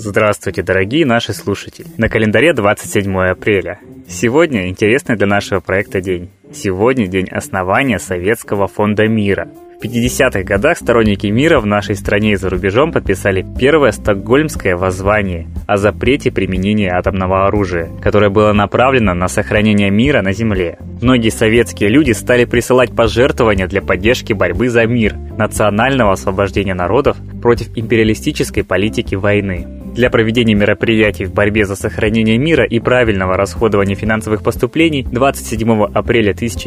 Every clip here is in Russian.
Здравствуйте, дорогие наши слушатели! На календаре 27 апреля. Сегодня интересный для нашего проекта день. Сегодня день основания Советского фонда мира. В 50-х годах сторонники мира в нашей стране и за рубежом подписали первое Стокгольмское воззвание о запрете применения атомного оружия, которое было направлено на сохранение мира на Земле. Многие советские люди стали присылать пожертвования для поддержки борьбы за мир, национального освобождения народов против империалистической политики войны. Для проведения мероприятий в борьбе за сохранение мира и правильного расходования финансовых поступлений 27 апреля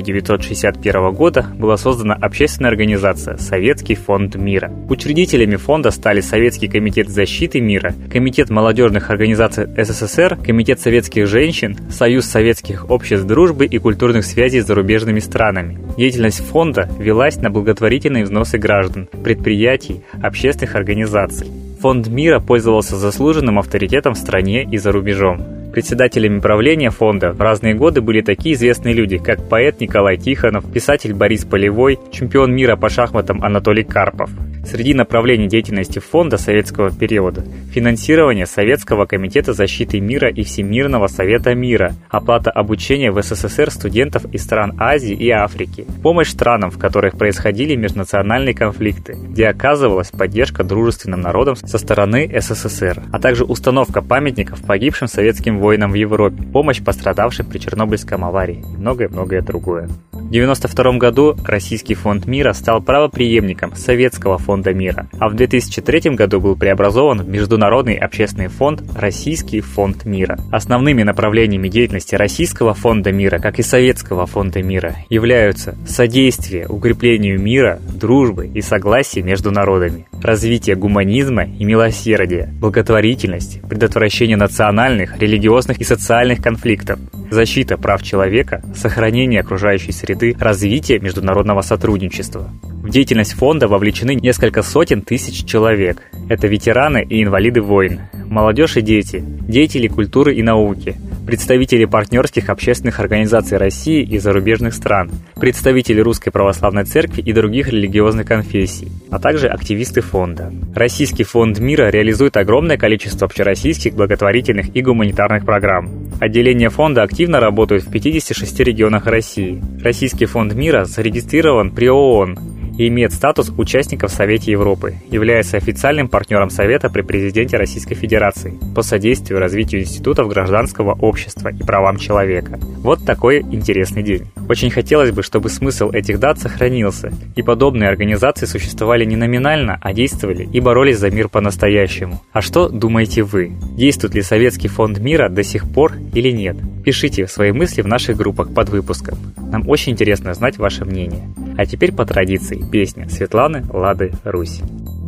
1961 года была создана общественная организация «Советский фонд мира». Учредителями фонда стали Советский комитет защиты мира, Комитет молодежных организаций СССР, Комитет советских женщин, Союз советских обществ дружбы и культурных связей с зарубежными странами. Деятельность фонда велась на благотворительные взносы граждан, предприятий, общественных организаций. Фонд мира пользовался заслуженным авторитетом в стране и за рубежом. Председателями правления фонда в разные годы были такие известные люди, как поэт Николай Тихонов, писатель Борис Полевой, чемпион мира по шахматам Анатолий Карпов. Среди направлений деятельности фонда советского периода – финансирование Советского комитета защиты мира и Всемирного совета мира, оплата обучения в СССР студентов из стран Азии и Африки, помощь странам, в которых происходили межнациональные конфликты, где оказывалась поддержка дружественным народам со стороны СССР, а также установка памятников погибшим советским воинам в Европе, помощь пострадавшим при Чернобыльской аварии и многое-многое другое. В 1992 году Российский фонд мира стал правопреемником Советского фонда мира, а в 2003 году был преобразован в Международный общественный фонд Российский фонд мира. Основными направлениями деятельности Российского фонда мира, как и Советского фонда мира, являются содействие укреплению мира, дружбы и согласия между народами, развитие гуманизма и милосердия, благотворительность, предотвращение национальных, религиозных и социальных конфликтов, защита прав человека, сохранение окружающей среды, развитие международного сотрудничества. В деятельность фонда вовлечены несколько сотен тысяч человек. Это ветераны и инвалиды войн, молодежь и дети, деятели культуры и науки, представители партнерских общественных организаций России и зарубежных стран, представители Русской Православной Церкви и других религиозных конфессий, а также активисты фонда. Российский фонд мира реализует огромное количество общероссийских благотворительных и гуманитарных программ. Отделения фонда активно работают в 56 регионах России. Российский фонд мира зарегистрирован при ООН и имеет статус участника в Совете Европы, является официальным партнером Совета при президенте Российской Федерации по содействию развитию институтов гражданского общества и правам человека. Вот такой интересный день. Очень хотелось бы, чтобы смысл этих дат сохранился, и подобные организации существовали не номинально, а действовали и боролись за мир по-настоящему. А что думаете вы? Действует ли Советский фонд мира до сих пор или нет? Пишите свои мысли в наших группах под выпуском. Нам очень интересно знать ваше мнение. А теперь по традиции песня Светланы Лады Русь.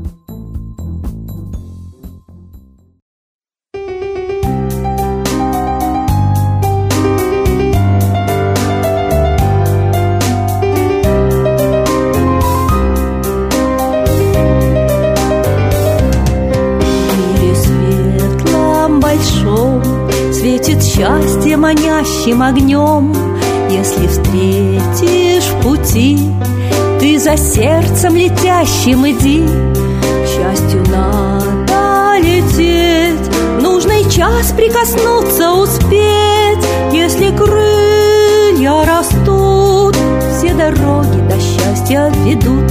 Светит счастье манящим огнем. Если встретишь в пути, ты за сердцем летящим иди. К счастью надо лететь, в нужный час прикоснуться успеть. Если крылья растут, все дороги до счастья ведут.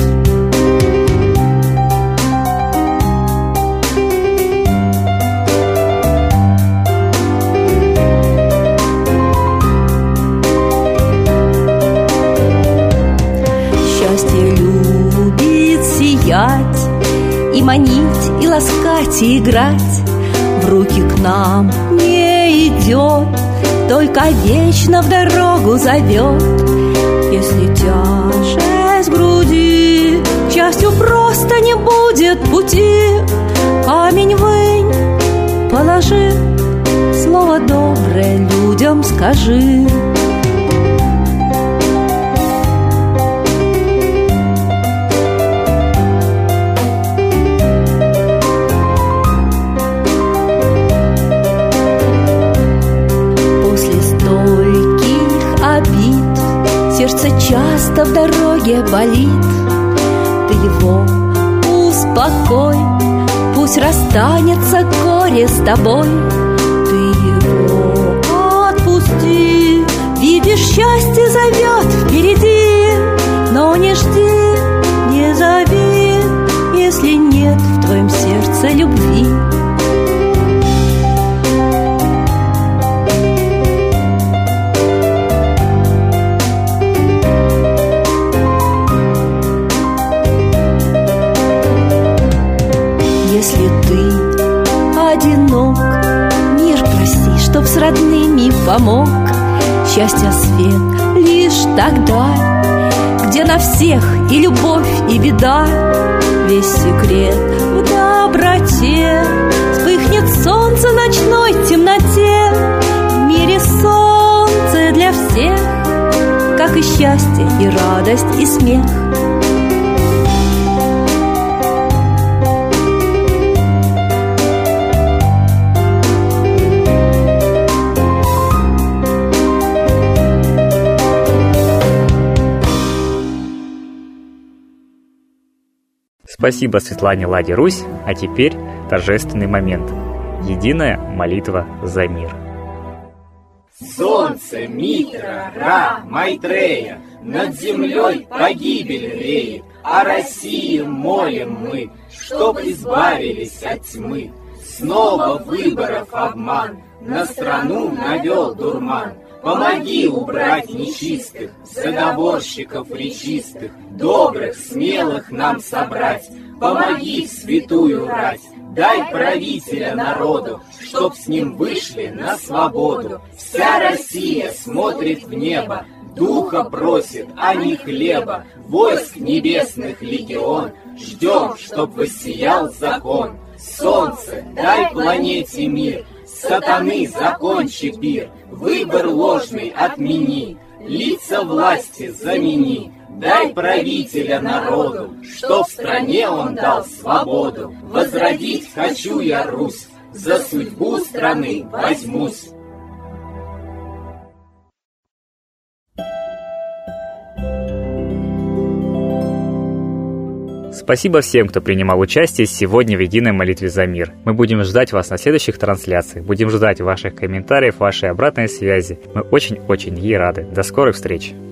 И манить, и ласкать, и играть. В руки к нам не идет, только вечно в дорогу зовет. Если тяжесть в груди, к счастью просто не будет пути. Камень вынь, положи, слово доброе людям скажи. Сердце часто в дороге болит, ты его успокой, Пусть расстанется горе с тобой. Ты его отпусти. Видишь, счастье зовет впереди. Но не жди, не зови, если нет в твоем сердце любви. Если ты одинок, мир проси, чтоб с родными помог. Счастье свет лишь тогда, где на всех и любовь, и беда. Весь секрет в доброте. Вспыхнет солнце ночной темноте. В мире солнце для всех, как и счастье, и радость, и смех. Спасибо Светлане Ладе Русь, а теперь торжественный момент. Единая молитва за мир. Солнце, Митра, Ра, Майтрея, над землей погибель реет, о России молим мы, чтоб избавились от тьмы. Снова выборов обман, на страну навел дурман. Помоги убрать нечистых, заговорщиков речистых, добрых, смелых нам собрать. Помоги в святую рать, дай правителя народу, чтоб с ним вышли на свободу. Вся Россия смотрит в небо, духа просит, а не хлеба. Войск небесных легион, ждем, чтоб воссиял закон. Солнце, дай планете мир, сатаны закончи пир. Выбор ложный отмени, лица власти замени. Дай правителя народу, что в стране он дал свободу. Возродить хочу я Русь, за судьбу страны возьмусь. Спасибо всем, кто принимал участие сегодня в единой молитве за мир. Мы будем ждать вас на следующих трансляциях. Будем ждать ваших комментариев, вашей обратной связи. Мы очень-очень ей рады. До скорых встреч!